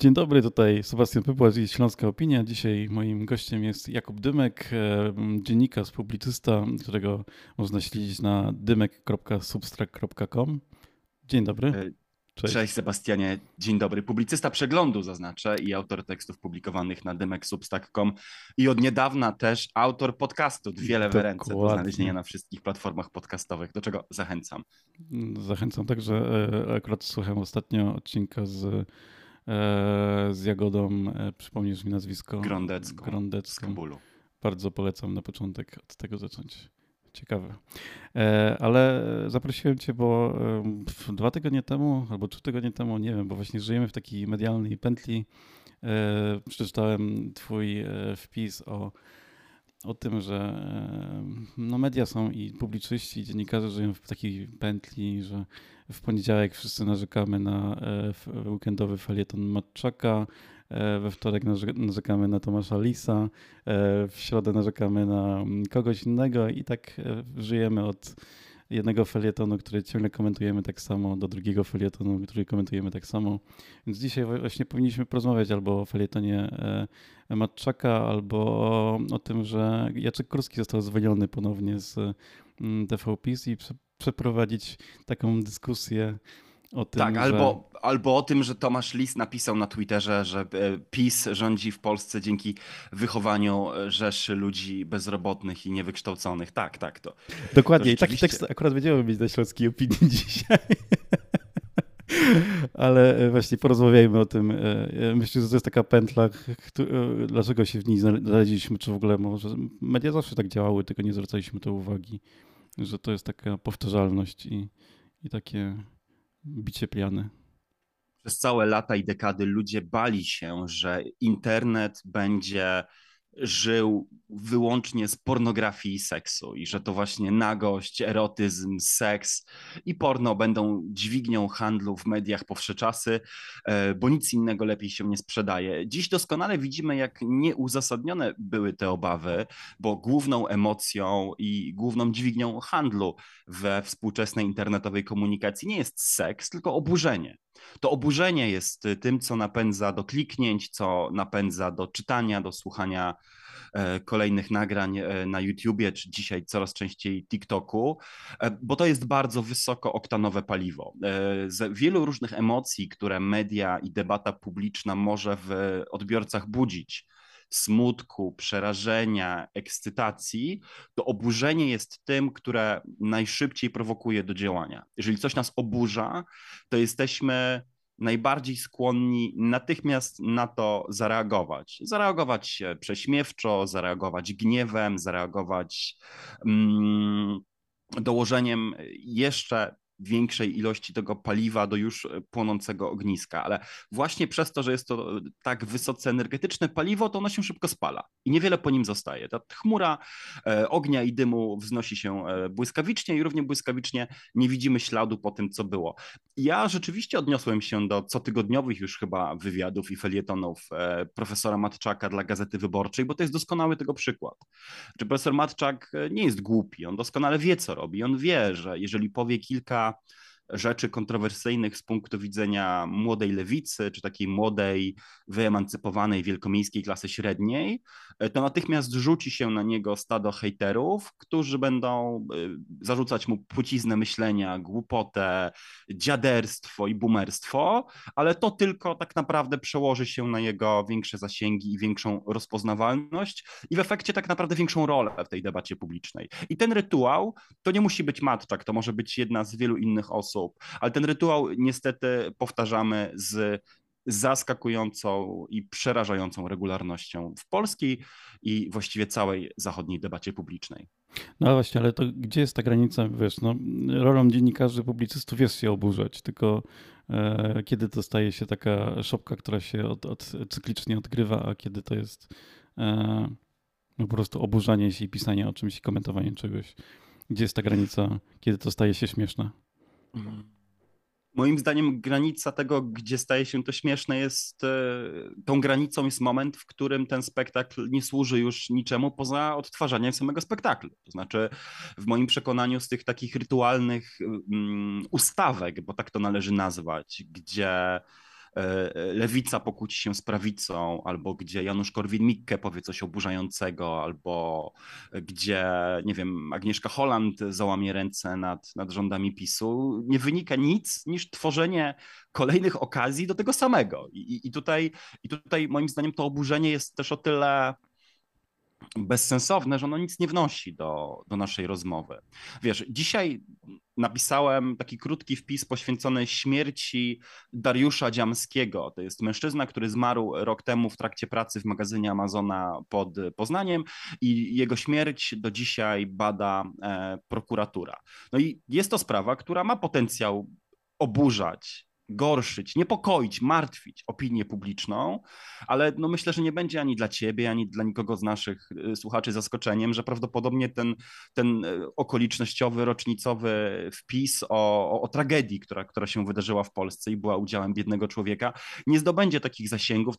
Dzień dobry, tutaj Sebastian Pypłacz i Śląska Opinia. Dzisiaj moim gościem jest Jakub Dymek, dziennikarz, publicysta, którego można śledzić na dymek.substack.com. Dzień dobry. Cześć. Cześć Sebastianie, dzień dobry. Publicysta Przeglądu zaznaczę i autor tekstów publikowanych na dymek.substack.com i od niedawna też autor podcastu Wiele w ręce do znalezienia na wszystkich platformach podcastowych, do czego zachęcam. Zachęcam także, akurat słuchałem ostatnio odcinka z Jagodą, przypomnisz mi nazwisko? Grądecką. Z Kabulu. Bardzo polecam na początek od tego zacząć. Ciekawe. Ale zaprosiłem cię, bo 2 tygodnie temu, albo 3 tygodnie temu, nie wiem, bo właśnie żyjemy w takiej medialnej pętli. Przeczytałem twój wpis o tym, że no media są i publicyści, i dziennikarze żyją w takiej pętli, że w poniedziałek wszyscy narzekamy na weekendowy felieton Matczaka, we wtorek narzekamy na Tomasza Lisa, w środę narzekamy na kogoś innego i tak żyjemy od jednego felietonu, który ciągle komentujemy tak samo, do drugiego felietonu, który komentujemy tak samo. Więc dzisiaj właśnie powinniśmy porozmawiać albo o felietonie Matczaka, albo o tym, że Jacek Kurski został zwolniony ponownie z TVPiS i przeprowadzić taką dyskusję o tym, tak, albo o tym, że Tomasz Lis napisał na Twitterze, że PiS rządzi w Polsce dzięki wychowaniu rzeszy ludzi bezrobotnych i niewykształconych. Tak, to. Dokładnie, i taki tekst akurat będziemy mieć na Śląskiej Opinii dzisiaj. Ale właśnie porozmawiajmy o tym. Myślę, że to jest taka pętla, dlaczego się w niej znaleźliśmy, czy w ogóle może media zawsze tak działały, tylko nie zwracaliśmy to uwagi, że to jest taka powtarzalność i takie bicie piany. Przez całe lata i dekady ludzie bali się, że internet będzie żył wyłącznie z pornografii i seksu i że to właśnie nagość, erotyzm, seks i porno będą dźwignią handlu w mediach po wsze czasy, bo nic innego lepiej się nie sprzedaje. Dziś doskonale widzimy, jak nieuzasadnione były te obawy, bo główną emocją i główną dźwignią handlu we współczesnej internetowej komunikacji nie jest seks, tylko oburzenie. To oburzenie jest tym, co napędza do kliknięć, co napędza do czytania, do słuchania kolejnych nagrań na YouTubie, czy dzisiaj coraz częściej TikToku, bo to jest bardzo wysokooktanowe paliwo. Z wielu różnych emocji, które media i debata publiczna może w odbiorcach budzić, smutku, przerażenia, ekscytacji, to oburzenie jest tym, które najszybciej prowokuje do działania. Jeżeli coś nas oburza, to jesteśmy najbardziej skłonni natychmiast na to zareagować. Zareagować prześmiewczo, zareagować gniewem, zareagować dołożeniem jeszcze większej ilości tego paliwa do już płonącego ogniska, ale właśnie przez to, że jest to tak wysoce energetyczne paliwo, to ono się szybko spala i niewiele po nim zostaje. Ta chmura ognia i dymu wznosi się błyskawicznie i równie błyskawicznie nie widzimy śladu po tym, co było. Ja rzeczywiście odniosłem się do cotygodniowych już chyba wywiadów i felietonów profesora Matczaka dla Gazety Wyborczej, bo to jest doskonały tego przykład. Że profesor Matczak nie jest głupi, on doskonale wie, co robi. On wie, że jeżeli powie kilka rzeczy kontrowersyjnych z punktu widzenia młodej lewicy, czy takiej młodej, wyemancypowanej wielkomiejskiej klasy średniej, to natychmiast rzuci się na niego stado hejterów, którzy będą zarzucać mu płciznę myślenia, głupotę, dziaderstwo i boomerstwo, ale to tylko tak naprawdę przełoży się na jego większe zasięgi i większą rozpoznawalność i w efekcie tak naprawdę większą rolę w tej debacie publicznej. I ten rytuał to nie musi być Matczak, to może być jedna z wielu innych osób, ale ten rytuał niestety powtarzamy z zaskakującą i przerażającą regularnością w polskiej i właściwie całej zachodniej debacie publicznej. No właśnie, ale to gdzie jest ta granica? Wiesz, no, rolą dziennikarzy, publicystów jest się oburzać, tylko kiedy to staje się taka szopka, która się cyklicznie odgrywa, a kiedy to jest no, po prostu oburzanie się i pisanie o czymś i komentowanie czegoś. Gdzie jest ta granica, kiedy to staje się śmieszne? Moim zdaniem granica tego, gdzie staje się to śmieszne, tą granicą jest moment, w którym ten spektakl nie służy już niczemu poza odtwarzaniem samego spektaklu. To znaczy, w moim przekonaniu z tych takich rytualnych ustawek, bo tak to należy nazwać, gdzie lewica pokłóci się z prawicą, albo gdzie Janusz Korwin-Mikke powie coś oburzającego, albo gdzie, nie wiem, Agnieszka Holland załamie ręce nad rządami PiSu, nie wynika nic niż tworzenie kolejnych okazji do tego samego. I tutaj moim zdaniem to oburzenie jest też o tyle bezsensowne, że ono nic nie wnosi do naszej rozmowy. Wiesz, dzisiaj napisałem taki krótki wpis poświęcony śmierci Dariusza Dziamskiego. To jest mężczyzna, który zmarł rok temu w trakcie pracy w magazynie Amazona pod Poznaniem i jego śmierć do dzisiaj bada prokuratura. No i jest to sprawa, która ma potencjał oburzać, gorszyć, niepokoić, martwić opinię publiczną, ale no myślę, że nie będzie ani dla ciebie, ani dla nikogo z naszych słuchaczy zaskoczeniem, że prawdopodobnie ten okolicznościowy, rocznicowy wpis o tragedii, która się wydarzyła w Polsce i była udziałem biednego człowieka, nie zdobędzie takich zasięgów,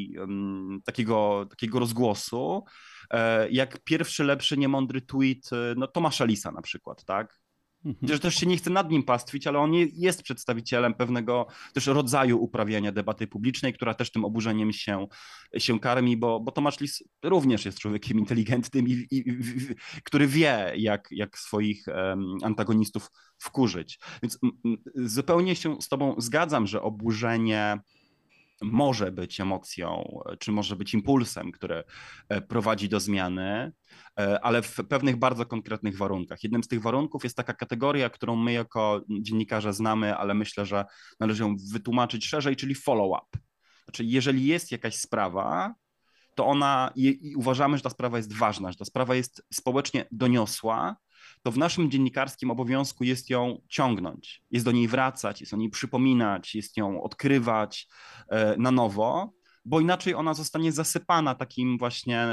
takiego rozgłosu, jak pierwszy, lepszy, niemądry tweet no, Tomasza Lisa na przykład, tak? Mhm. Że też się nie chce nad nim pastwić, ale on jest przedstawicielem pewnego też rodzaju uprawiania debaty publicznej, która też tym oburzeniem się karmi, bo Tomasz Lis również jest człowiekiem inteligentnym który wie, jak swoich antagonistów wkurzyć. Więc zupełnie się z tobą zgadzam, że oburzenie może być emocją, czy może być impulsem, który prowadzi do zmiany, ale w pewnych bardzo konkretnych warunkach. Jednym z tych warunków jest taka kategoria, którą my jako dziennikarze znamy, ale myślę, że należy ją wytłumaczyć szerzej, czyli follow-up. Znaczy, jeżeli jest jakaś sprawa, to ona, i uważamy, że ta sprawa jest ważna, że ta sprawa jest społecznie doniosła, to w naszym dziennikarskim obowiązku jest ją ciągnąć, jest do niej wracać, jest o niej przypominać, jest ją odkrywać na nowo, bo inaczej ona zostanie zasypana takim właśnie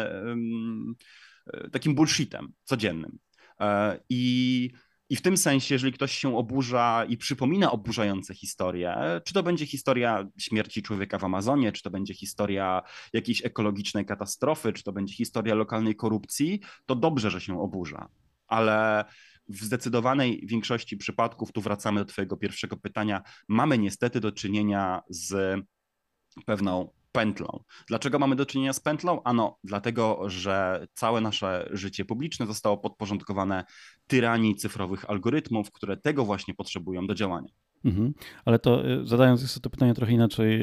takim bullshitem codziennym. I w tym sensie, jeżeli ktoś się oburza i przypomina oburzające historie, czy to będzie historia śmierci człowieka w Amazonie, czy to będzie historia jakiejś ekologicznej katastrofy, czy to będzie historia lokalnej korupcji, to dobrze, że się oburza. Ale w zdecydowanej większości przypadków, tu wracamy do Twojego pierwszego pytania, mamy niestety do czynienia z pewną pętlą. Dlaczego mamy do czynienia z pętlą? Ano, dlatego, że całe nasze życie publiczne zostało podporządkowane tyranii cyfrowych algorytmów, które tego właśnie potrzebują do działania. Mhm. Ale to zadając jeszcze to pytanie trochę inaczej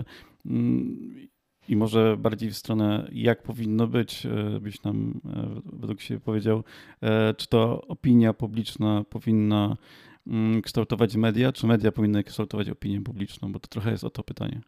i może bardziej w stronę, jak powinno być, byś nam według siebie powiedział, czy to opinia publiczna powinna kształtować media, czy media powinny kształtować opinię publiczną, bo to trochę jest o to pytanie.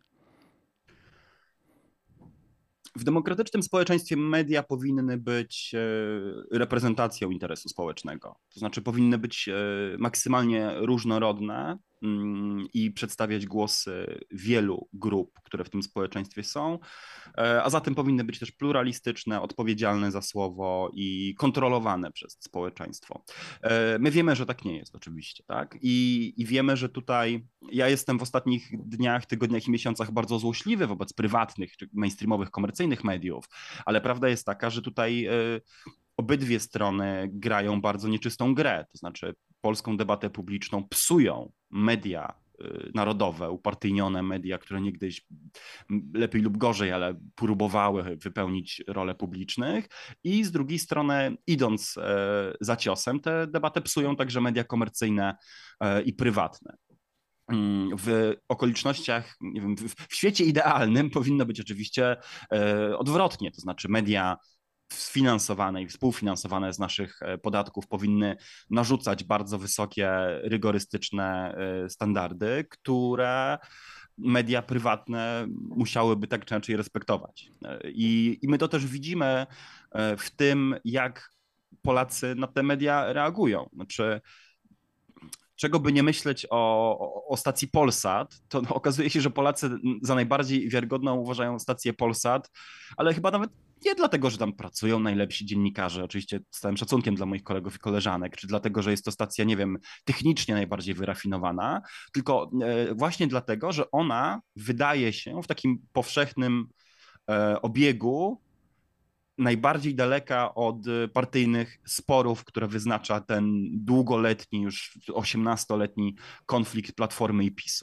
W demokratycznym społeczeństwie media powinny być reprezentacją interesu społecznego. To znaczy powinny być maksymalnie różnorodne i przedstawiać głosy wielu grup, które w tym społeczeństwie są, a zatem powinny być też pluralistyczne, odpowiedzialne za słowo i kontrolowane przez społeczeństwo. My wiemy, że tak nie jest oczywiście, tak? I wiemy, że tutaj ja jestem w ostatnich dniach, tygodniach i miesiącach bardzo złośliwy wobec prywatnych czy mainstreamowych, komercyjnych mediów, ale prawda jest taka, że tutaj obydwie strony grają bardzo nieczystą grę, to znaczy polską debatę publiczną psują media narodowe, upartyjnione media, które niegdyś lepiej lub gorzej, ale próbowały wypełnić rolę publicznych i z drugiej strony idąc za ciosem, tę debatę psują także media komercyjne i prywatne. W okolicznościach, nie wiem, w świecie idealnym powinno być oczywiście odwrotnie, to znaczy media sfinansowane i współfinansowane z naszych podatków powinny narzucać bardzo wysokie, rygorystyczne standardy, które media prywatne musiałyby tak czy inaczej respektować. I my to też widzimy w tym, jak Polacy na te media reagują. Znaczy, czego by nie myśleć o stacji Polsat, to okazuje się, że Polacy za najbardziej wiarygodną uważają stację Polsat, ale chyba nawet nie dlatego, że tam pracują najlepsi dziennikarze, oczywiście z całym szacunkiem dla moich kolegów i koleżanek, czy dlatego, że jest to stacja, nie wiem, technicznie najbardziej wyrafinowana, tylko właśnie dlatego, że ona wydaje się w takim powszechnym obiegu najbardziej daleka od partyjnych sporów, które wyznacza ten długoletni, już 18-letni konflikt Platformy i PiSu.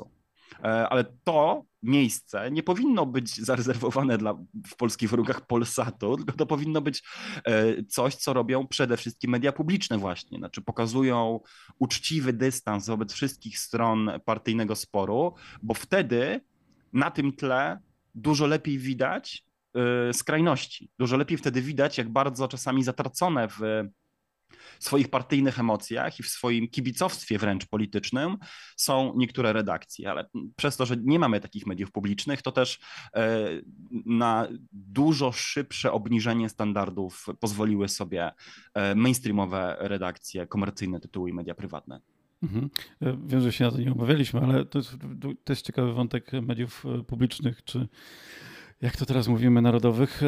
Ale to miejsce nie powinno być zarezerwowane w polskich warunkach Polsatu, tylko to powinno być coś, co robią przede wszystkim media publiczne właśnie. Znaczy pokazują uczciwy dystans wobec wszystkich stron partyjnego sporu, bo wtedy na tym tle dużo lepiej widać skrajności. Dużo lepiej wtedy widać, jak bardzo czasami zatracone w swoich partyjnych emocjach i w swoim kibicowstwie wręcz politycznym są niektóre redakcje, ale przez to, że nie mamy takich mediów publicznych, to też na dużo szybsze obniżenie standardów pozwoliły sobie mainstreamowe redakcje, komercyjne tytuły i media prywatne. Mhm. Wiem, że się na to nie umawialiśmy, ale to jest też ciekawy wątek mediów publicznych, czy jak to teraz mówimy, narodowych.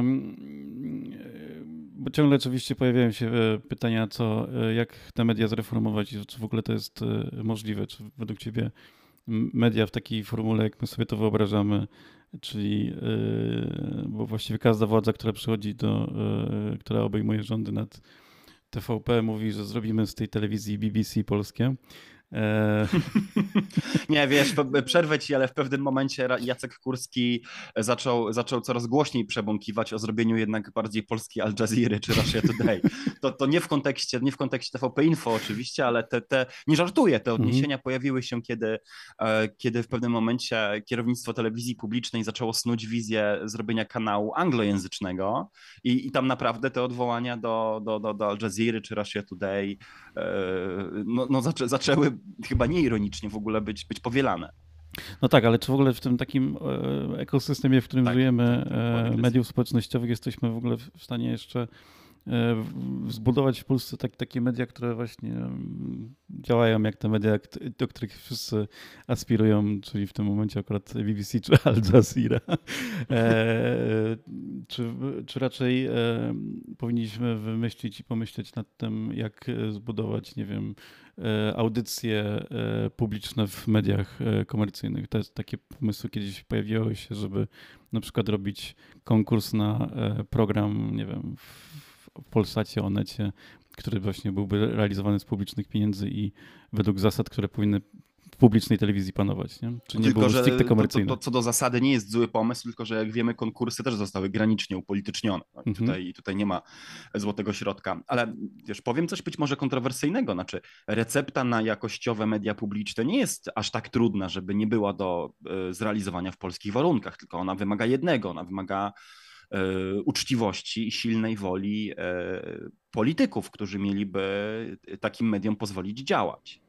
Bo ciągle oczywiście pojawiają się pytania, jak te media zreformować i czy w ogóle to jest możliwe, czy według ciebie media w takiej formule, jak my sobie to wyobrażamy, czyli bo właściwie każda władza, która przychodzi która obejmuje rządy nad TVP, mówi, że zrobimy z tej telewizji BBC polskie. Nie, wiesz, przerwę ci, ale w pewnym momencie Jacek Kurski zaczął coraz głośniej przebąkiwać o zrobieniu jednak bardziej polskiej Al Jazeera czy Russia Today. To nie w kontekście TVP Info oczywiście, ale nie żartuję, te odniesienia pojawiły się, kiedy w pewnym momencie kierownictwo telewizji publicznej zaczęło snuć wizję zrobienia kanału anglojęzycznego i tam naprawdę te odwołania do Al Jazeera czy Russia Today zaczęły chyba nieironicznie w ogóle być powielane. No tak, ale czy w ogóle w tym takim ekosystemie, w którym żyjemy, mediów społecznościowych, jesteśmy w ogóle w stanie jeszcze zbudować w Polsce takie media, które właśnie działają jak te media, do których wszyscy aspirują, czyli w tym momencie akurat BBC czy Al Jazeera. Czy raczej powinniśmy wymyślić i pomyśleć nad tym, jak zbudować, nie wiem, audycje publiczne w mediach komercyjnych. Takie pomysły kiedyś pojawiły się, żeby na przykład robić konkurs na program, nie wiem, w Polsacie, Onecie, który właśnie byłby realizowany z publicznych pieniędzy i według zasad, które powinny w publicznej telewizji panować, nie? Czy nie tylko, było że stricte komercyjne? To co do zasady nie jest zły pomysł, tylko że jak wiemy, konkursy też zostały granicznie upolitycznione. No, tutaj nie ma złotego środka. Ale wiesz, powiem coś być może kontrowersyjnego. Znaczy, recepta na jakościowe media publiczne nie jest aż tak trudna, żeby nie była do zrealizowania w polskich warunkach, tylko ona wymaga jednego. Ona wymaga uczciwości i silnej woli polityków, którzy mieliby takim mediom pozwolić działać.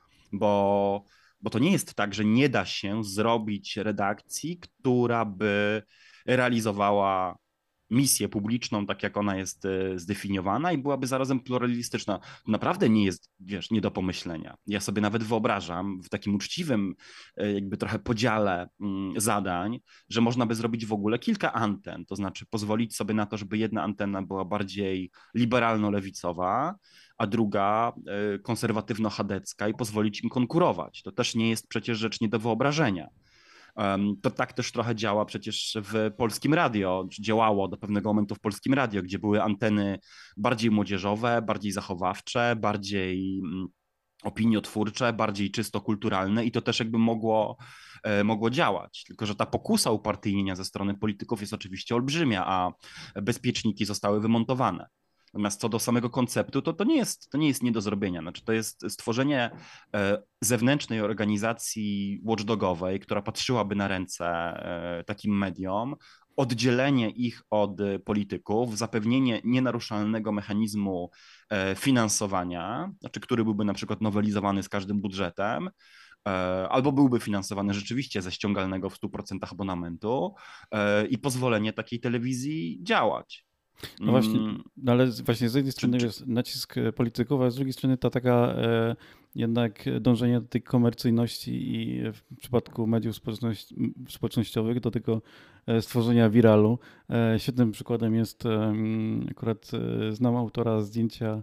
Bo to nie jest tak, że nie da się zrobić redakcji, która by realizowała misję publiczną, tak jak ona jest zdefiniowana i byłaby zarazem pluralistyczna. Naprawdę nie jest, wiesz, nie do pomyślenia. Ja sobie nawet wyobrażam w takim uczciwym jakby trochę podziale zadań, że można by zrobić w ogóle kilka anten, to znaczy pozwolić sobie na to, żeby jedna antena była bardziej liberalno-lewicowa, a druga konserwatywno-chadecka i pozwolić im konkurować. To też nie jest przecież rzecz nie do wyobrażenia. To tak też trochę działa przecież w Polskim Radio, działało do pewnego momentu w Polskim Radio, gdzie były anteny bardziej młodzieżowe, bardziej zachowawcze, bardziej opiniotwórcze, bardziej czysto kulturalne i to też jakby mogło działać. Tylko że ta pokusa upartyjnienia ze strony polityków jest oczywiście olbrzymia, a bezpieczniki zostały wymontowane. Natomiast co do samego konceptu, to nie jest nie do zrobienia. Znaczy, to jest stworzenie zewnętrznej organizacji watchdogowej, która patrzyłaby na ręce takim mediom, oddzielenie ich od polityków, zapewnienie nienaruszalnego mechanizmu finansowania, znaczy, który byłby na przykład nowelizowany z każdym budżetem, albo byłby finansowany rzeczywiście ze ściągalnego w 100% abonamentu i pozwolenie takiej telewizji działać. No właśnie, no ale właśnie z jednej strony jest nacisk polityków, a z drugiej strony ta taka jednak dążenie do tej komercyjności i w przypadku mediów społecznościowych do tego stworzenia viralu. Świetnym przykładem jest akurat znam autora zdjęcia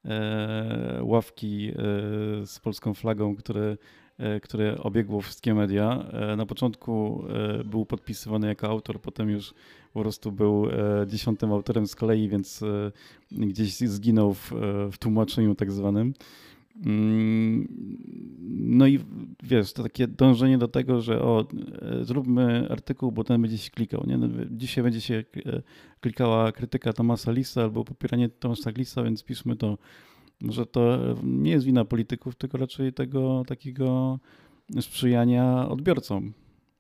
ławki z polską flagą, które obiegło wszystkie media. Na początku był podpisywany jako autor, potem już po prostu był 10. autorem z kolei, więc gdzieś zginął w tłumaczeniu tak zwanym. No i w wiesz, to takie dążenie do tego, że zróbmy artykuł, bo ten będzie się klikał, nie? No, dzisiaj będzie się klikała krytyka Thomasa Lisa albo popieranie Thomasa Lisa, więc piszmy to. Może to nie jest wina polityków, tylko raczej tego takiego sprzyjania odbiorcom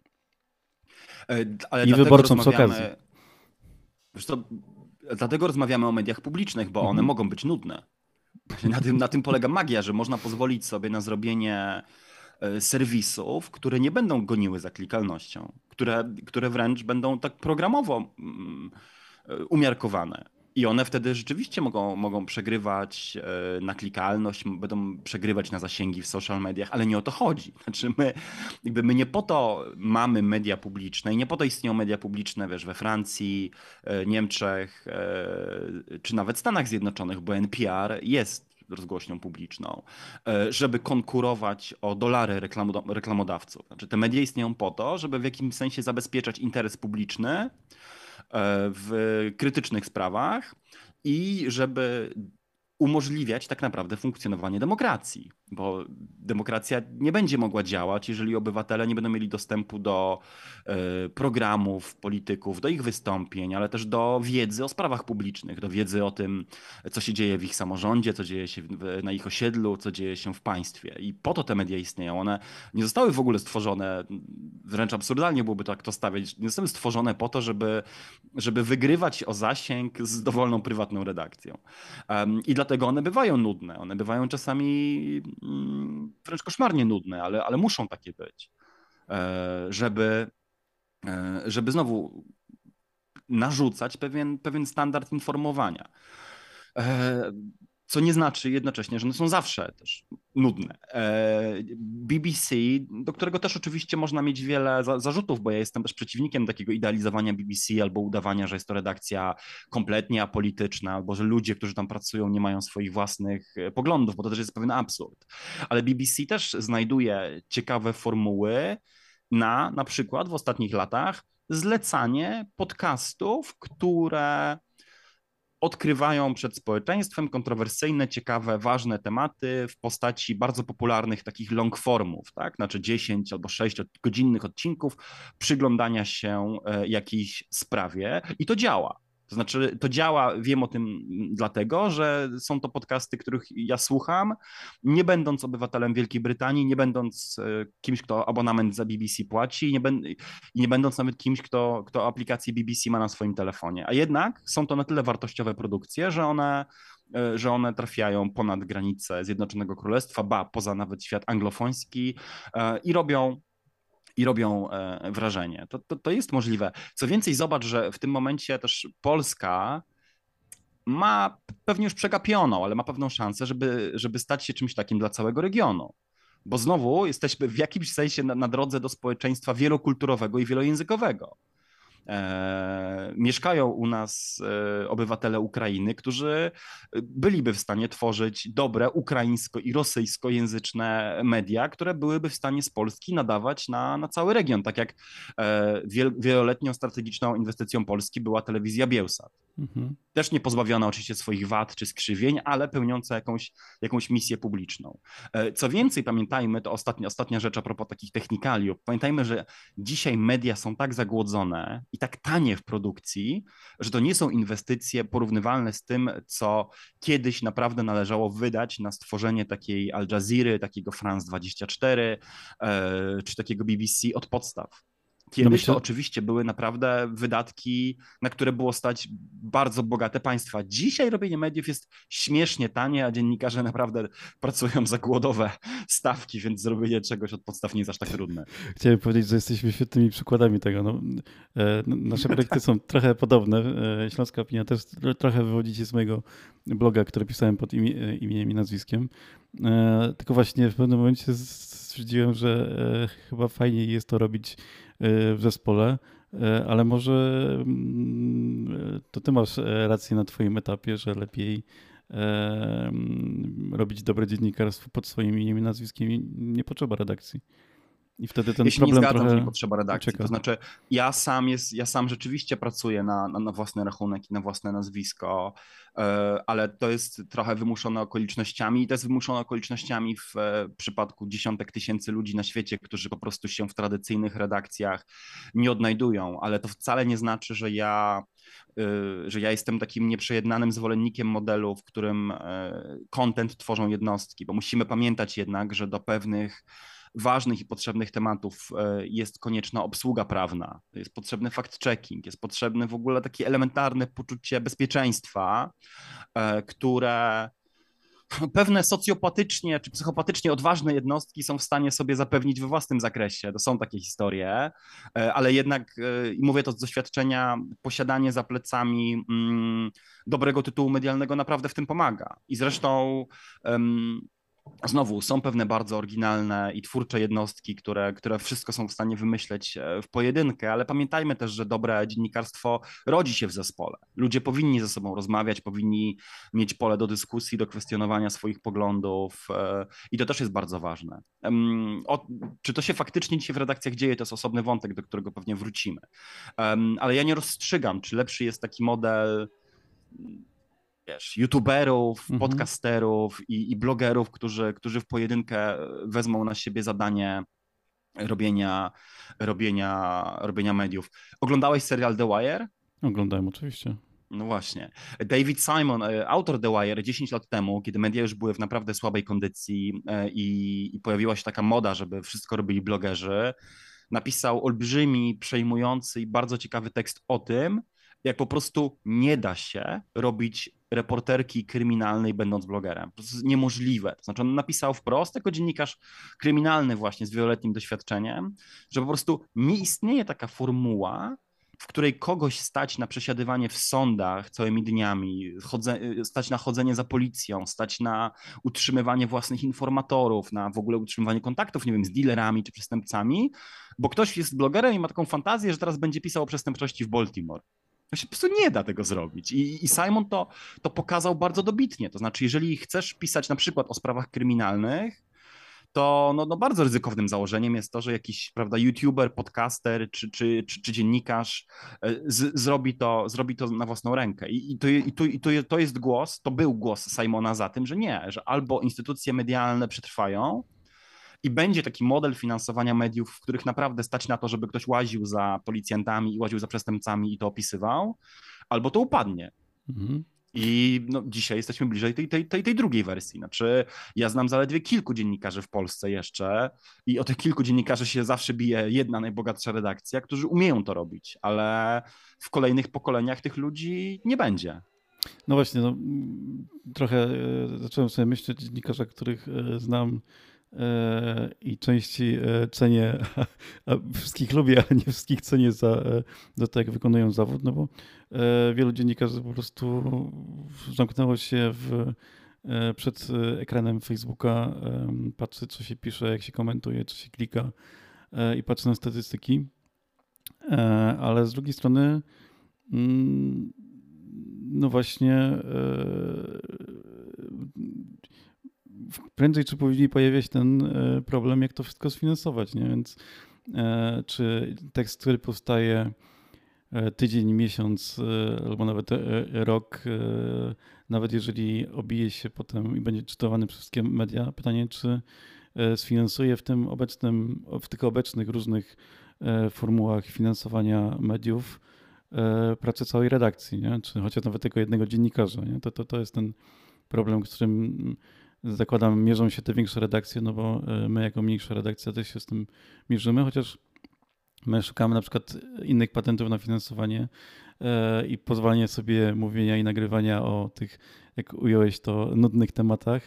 Ale i dlatego wyborcom przy okazji. rozmawiamy, wiesz co, dlatego rozmawiamy o mediach publicznych, bo one mogą być nudne. Właśnie na tym polega magia, że można pozwolić sobie na zrobienie serwisów, które nie będą goniły za klikalnością, które wręcz będą tak programowo umiarkowane. I one wtedy rzeczywiście mogą przegrywać na klikalność, będą przegrywać na zasięgi w social mediach, ale nie o to chodzi. Znaczy my nie po to mamy media publiczne i nie po to istnieją media publiczne, wiesz, we Francji, Niemczech czy nawet Stanach Zjednoczonych, bo NPR jest rozgłośnią publiczną, żeby konkurować o dolary reklamodawców. Znaczy te media istnieją po to, żeby w jakimś sensie zabezpieczać interes publiczny w krytycznych sprawach i żeby umożliwiać tak naprawdę funkcjonowanie demokracji, bo demokracja nie będzie mogła działać, jeżeli obywatele nie będą mieli dostępu do programów polityków, do ich wystąpień, ale też do wiedzy o sprawach publicznych, do wiedzy o tym, co się dzieje w ich samorządzie, co dzieje się na ich osiedlu, co dzieje się w państwie. I po to te media istnieją. One nie zostały w ogóle stworzone, wręcz absurdalnie byłoby tak to stawiać, nie zostały stworzone po to, żeby wygrywać o zasięg z dowolną prywatną redakcją. I dlatego one bywają nudne. One bywają czasami wręcz koszmarnie nudne, ale muszą takie być, żeby znowu narzucać pewien standard informowania. Co nie znaczy jednocześnie, że one są zawsze też nudne. BBC, do którego też oczywiście można mieć wiele zarzutów, bo ja jestem też przeciwnikiem takiego idealizowania BBC albo udawania, że jest to redakcja kompletnie apolityczna, albo że ludzie, którzy tam pracują, nie mają swoich własnych poglądów, bo to też jest pewien absurd. Ale BBC też znajduje ciekawe formuły na przykład w ostatnich latach zlecanie podcastów, które odkrywają przed społeczeństwem kontrowersyjne, ciekawe, ważne tematy w postaci bardzo popularnych takich long formów, tak? Znaczy 10 albo 6 godzinnych odcinków przyglądania się jakiejś sprawie i to działa. To znaczy, to działa, wiem o tym dlatego, że są to podcasty, których ja słucham, nie będąc obywatelem Wielkiej Brytanii, nie będąc kimś, kto abonament za BBC płaci i nie będąc nawet kimś, kto aplikację BBC ma na swoim telefonie. A jednak są to na tyle wartościowe produkcje, że one trafiają ponad granice Zjednoczonego Królestwa, poza nawet świat anglofoński i robią wrażenie. To jest możliwe. Co więcej, zobacz, że w tym momencie też Polska ma pewnie już przegapioną, ale ma pewną szansę, żeby stać się czymś takim dla całego regionu. Bo znowu jesteśmy w jakimś sensie na drodze do społeczeństwa wielokulturowego i wielojęzykowego. Mieszkają u nas obywatele Ukrainy, którzy byliby w stanie tworzyć dobre ukraińsko- i rosyjskojęzyczne media, które byłyby w stanie z Polski nadawać na cały region, tak jak wieloletnią strategiczną inwestycją Polski była telewizja Biełsat. Też nie pozbawiona oczywiście swoich wad czy skrzywień, ale pełniąca jakąś misję publiczną. Co więcej, pamiętajmy, to ostatnia rzecz a propos takich technikaliów, pamiętajmy, że dzisiaj media są tak zagłodzone i tak tanie w produkcji, że to nie są inwestycje porównywalne z tym, co kiedyś naprawdę należało wydać na stworzenie takiej Al Jazeera, takiego France 24 czy takiego BBC od podstaw. Kiedyś to oczywiście były naprawdę wydatki, na które było stać bardzo bogate państwa. Dzisiaj robienie mediów jest śmiesznie tanie, a dziennikarze naprawdę pracują za głodowe stawki, więc zrobienie czegoś od podstaw nie jest aż tak trudne. Chciałem powiedzieć, że jesteśmy świetnymi przykładami tego. Nasze projekty są trochę podobne. Śląska Opinia też trochę wywodzi się z mojego bloga, który pisałem pod imieniem i nazwiskiem. Tylko właśnie w pewnym momencie stwierdziłem, że chyba fajniej jest to robić w zespole, ale może to ty masz rację na twoim etapie, że lepiej robić dobre dziennikarstwo pod swoim imieniem i nazwiskiem i nie potrzeba redakcji. I wtedy ten Ja się nie problem zgadzam, że nie trochę potrzeba redakcji. ucieka. To znaczy, ja sam rzeczywiście pracuję na własny rachunek i na własne nazwisko, ale to jest trochę wymuszone okolicznościami i to jest wymuszone okolicznościami w przypadku dziesiątek tysięcy ludzi na świecie, którzy po prostu się w tradycyjnych redakcjach nie odnajdują, ale to wcale nie znaczy, że ja jestem takim nieprzejednanym zwolennikiem modelu, w którym content tworzą jednostki, bo musimy pamiętać jednak, że do pewnych ważnych i potrzebnych tematów jest konieczna obsługa prawna, jest potrzebny fact-checking, jest potrzebne w ogóle takie elementarne poczucie bezpieczeństwa, które pewne socjopatycznie czy psychopatycznie odważne jednostki są w stanie sobie zapewnić we własnym zakresie. To są takie historie, ale jednak, i mówię to z doświadczenia, posiadanie za plecami dobrego tytułu medialnego naprawdę w tym pomaga. I zresztą znowu są pewne bardzo oryginalne i twórcze jednostki, które wszystko są w stanie wymyśleć w pojedynkę, ale pamiętajmy też, że dobre dziennikarstwo rodzi się w zespole. Ludzie powinni ze sobą rozmawiać, powinni mieć pole do dyskusji, do kwestionowania swoich poglądów i to też jest bardzo ważne. Czy to się faktycznie dzisiaj w redakcjach dzieje, to jest osobny wątek, do którego pewnie wrócimy. Ale ja nie rozstrzygam, czy lepszy jest taki model, wiesz, youtuberów, Mhm. podcasterów i blogerów, którzy w pojedynkę wezmą na siebie zadanie robienia, robienia mediów. Oglądałeś serial The Wire? Oglądałem oczywiście. No właśnie. David Simon, autor The Wire, 10 lat temu, kiedy media już były w naprawdę słabej kondycji i pojawiła się taka moda, żeby wszystko robili blogerzy, napisał olbrzymi, przejmujący i bardzo ciekawy tekst o tym, jak po prostu nie da się robić reporterki kryminalnej będąc blogerem. To jest niemożliwe. To znaczy on napisał wprost, jako dziennikarz kryminalny właśnie z wieloletnim doświadczeniem, że po prostu nie istnieje taka formuła, w której kogoś stać na przesiadywanie w sądach całymi dniami, stać na chodzenie za policją, stać na utrzymywanie własnych informatorów, na w ogóle utrzymywanie kontaktów, nie wiem, z dealerami czy przestępcami, bo ktoś jest blogerem i ma taką fantazję, że teraz będzie pisał o przestępczości w Baltimore. To się po prostu nie da tego zrobić. I Simon to pokazał bardzo dobitnie. To znaczy, jeżeli chcesz pisać na przykład o sprawach kryminalnych, to no bardzo ryzykownym założeniem jest to, że jakiś, prawda, youtuber, podcaster czy dziennikarz zrobi to na własną rękę. To jest głos, to był głos Simona za tym, że nie, że albo instytucje medialne przetrwają i będzie taki model finansowania mediów, w których naprawdę stać na to, żeby ktoś łaził za policjantami i łaził za przestępcami i to opisywał, albo to upadnie. Mhm. I no, dzisiaj jesteśmy bliżej tej drugiej wersji. Znaczy, ja znam zaledwie kilku dziennikarzy w Polsce jeszcze i o tych kilku dziennikarzy się zawsze bije jedna najbogatsza redakcja, którzy umieją to robić, ale w kolejnych pokoleniach tych ludzi nie będzie. No właśnie, no, trochę zacząłem sobie myśleć o dziennikarzach, których znam i części cenię, a wszystkich lubię, ale nie wszystkich cenię za to, jak wykonują zawód, no bo wielu dziennikarzy po prostu zamknęło się przed ekranem Facebooka, patrzy, co się pisze, jak się komentuje, co się klika i patrzy na statystyki, ale z drugiej strony no właśnie prędzej czy później pojawia się ten problem, jak to wszystko sfinansować, nie? Więc czy tekst, który powstaje tydzień, miesiąc albo nawet rok, nawet jeżeli obije się potem i będzie czytowany przez wszystkie media, pytanie, czy sfinansuje w tych obecnych różnych formułach finansowania mediów pracę całej redakcji, nie? Czy chociaż nawet tego jednego dziennikarza. Nie? To jest ten problem, z którym zakładam mierzą się te większe redakcje, no bo my jako mniejsza redakcja też się z tym mierzymy, chociaż my szukamy na przykład innych patentów na finansowanie i pozwalanie sobie mówienia i nagrywania o tych, jak ująłeś to, nudnych tematach,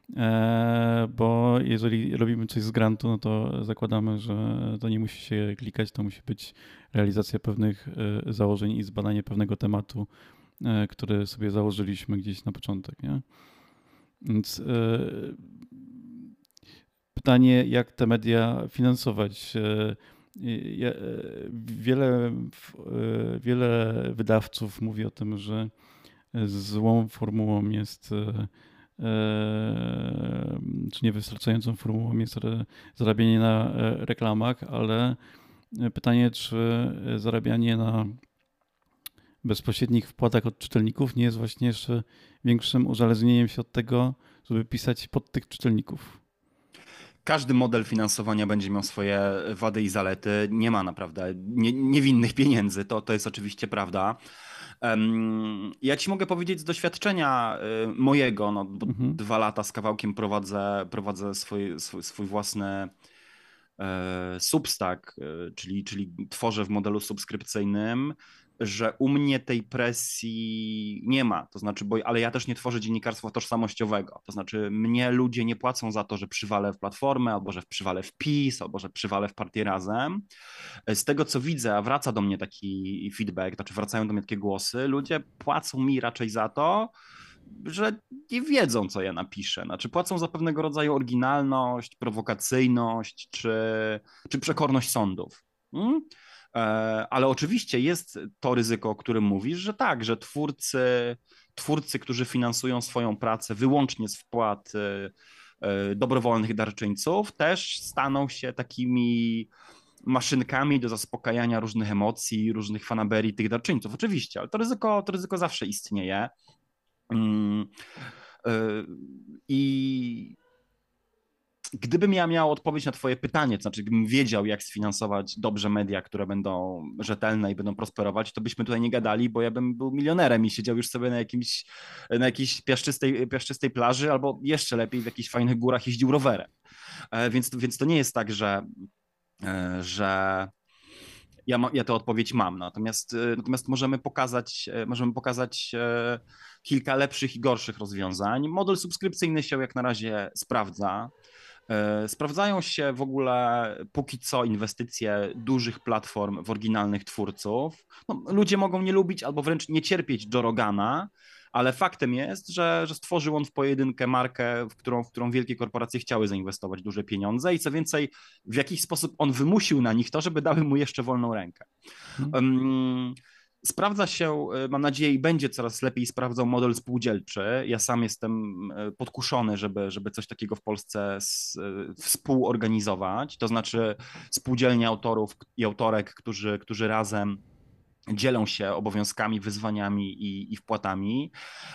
bo jeżeli robimy coś z grantu, no to zakładamy, że to nie musi się klikać, to musi być realizacja pewnych założeń i zbadanie pewnego tematu, który sobie założyliśmy gdzieś na początek, nie? Więc pytanie, jak te media finansować? Wiele wydawców mówi o tym, że złą formułą jest czy niewystarczającą formułą jest zarabianie na reklamach, ale pytanie, czy zarabianie na bezpośrednich wpłatach od czytelników nie jest właśnie jeszcze większym uzależnieniem się od tego, żeby pisać pod tych czytelników. Każdy model finansowania będzie miał swoje wady i zalety. Nie ma naprawdę niewinnych pieniędzy, to jest oczywiście prawda. Ja ci mogę powiedzieć z doświadczenia mojego, no, bo 2 lata z kawałkiem prowadzę swój własny Substack, czyli tworzę w modelu subskrypcyjnym, że u mnie tej presji nie ma. To znaczy, ale ja też nie tworzę dziennikarstwa tożsamościowego. To znaczy, mnie ludzie nie płacą za to, że przywalę w Platformę, albo że przywalę w PiS, albo że przywalę w Partię Razem. Z tego, co widzę, a wraca do mnie taki feedback, znaczy wracają do mnie takie głosy, ludzie płacą mi raczej za to, że nie wiedzą, co ja napiszę. Znaczy płacą za pewnego rodzaju oryginalność, prowokacyjność czy przekorność sądów. Mm? Ale oczywiście jest to ryzyko, o którym mówisz, że tak, że twórcy, którzy finansują swoją pracę wyłącznie z wpłat dobrowolnych darczyńców, też staną się takimi maszynkami do zaspokajania różnych emocji, różnych fanaberii tych darczyńców. Oczywiście, ale to ryzyko zawsze istnieje. I gdybym ja miał odpowiedź na twoje pytanie, to znaczy gdybym wiedział, jak sfinansować dobrze media, które będą rzetelne i będą prosperować, to byśmy tutaj nie gadali, bo ja bym był milionerem i siedział już sobie na jakiejś piaszczystej plaży, albo jeszcze lepiej w jakichś fajnych górach jeździł rowerem. Więc to nie jest tak, że ja tę odpowiedź mam, natomiast możemy pokazać kilka lepszych i gorszych rozwiązań. Model subskrypcyjny się jak na razie sprawdza. Sprawdzają się w ogóle póki co inwestycje dużych platform w oryginalnych twórców. No, ludzie mogą nie lubić albo wręcz nie cierpieć Joe Rogana, ale faktem jest, że stworzył on w pojedynkę markę, w którą wielkie korporacje chciały zainwestować duże pieniądze i co więcej, w jakiś sposób on wymusił na nich to, żeby dały mu jeszcze wolną rękę. Sprawdza się, mam nadzieję, i będzie coraz lepiej sprawdzał model spółdzielczy. Ja sam jestem podkuszony, żeby coś takiego w Polsce współorganizować. To znaczy spółdzielnie autorów i autorek, którzy razem dzielą się obowiązkami, wyzwaniami i wpłatami.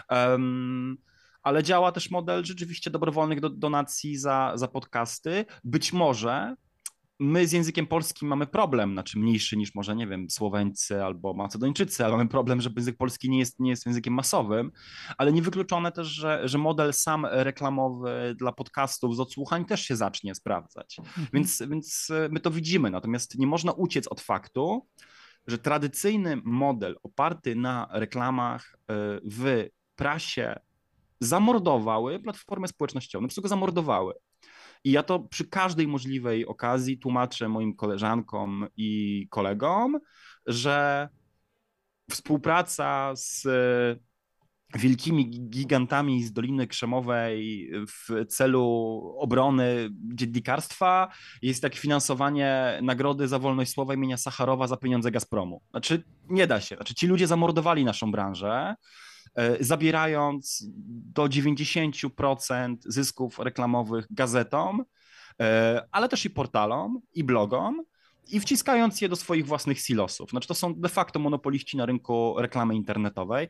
Ale działa też model rzeczywiście dobrowolnych donacji za podcasty. Być może my z językiem polskim mamy problem, znaczy mniejszy niż może, nie wiem, Słoweńcy albo Macedończycy, ale mamy problem, że język polski nie jest językiem masowym, ale niewykluczone też, że model sam reklamowy dla podcastów z odsłuchań też się zacznie sprawdzać. Więc my to widzimy, natomiast nie można uciec od faktu, że tradycyjny model oparty na reklamach w prasie zamordowały platformy społecznościowe, po prostu go zamordowały. I ja to przy każdej możliwej okazji tłumaczę moim koleżankom i kolegom, że współpraca z wielkimi gigantami z Doliny Krzemowej w celu obrony dziennikarstwa jest jak finansowanie nagrody za wolność słowa imienia Sacharowa za pieniądze Gazpromu. Znaczy nie da się. Znaczy ci ludzie zamordowali naszą branżę, zabierając do 90% zysków reklamowych gazetom, ale też i portalom, i blogom, i wciskając je do swoich własnych silosów. Znaczy to są de facto monopoliści na rynku reklamy internetowej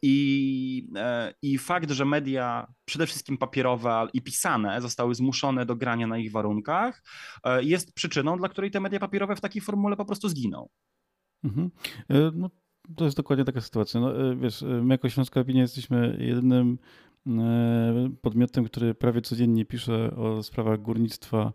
i fakt, że media, przede wszystkim papierowe i pisane, zostały zmuszone do grania na ich warunkach, jest przyczyną, dla której te media papierowe w takiej formule po prostu zginą. No, to jest dokładnie taka sytuacja. No, wiesz, my jako Śląska Opinia jesteśmy jedynym podmiotem, który prawie codziennie pisze o sprawach górnictwa,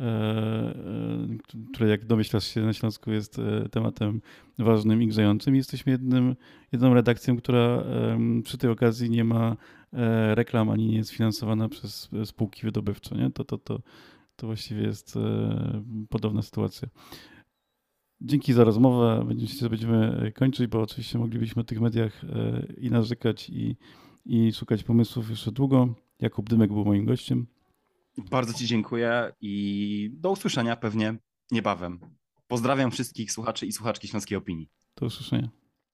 które jak domyślasz się na Śląsku jest tematem ważnym i grzejącym. Jesteśmy jedną redakcją, która przy tej okazji nie ma reklam ani nie jest finansowana przez spółki wydobywcze. Nie? To właściwie jest podobna sytuacja. Dzięki za rozmowę. Będziemy kończyć, bo oczywiście moglibyśmy o tych mediach i narzekać i szukać pomysłów jeszcze długo. Jakub Dymek był moim gościem. Bardzo Ci dziękuję i do usłyszenia pewnie niebawem. Pozdrawiam wszystkich słuchaczy i słuchaczki Śląskiej Opinii. Do usłyszenia.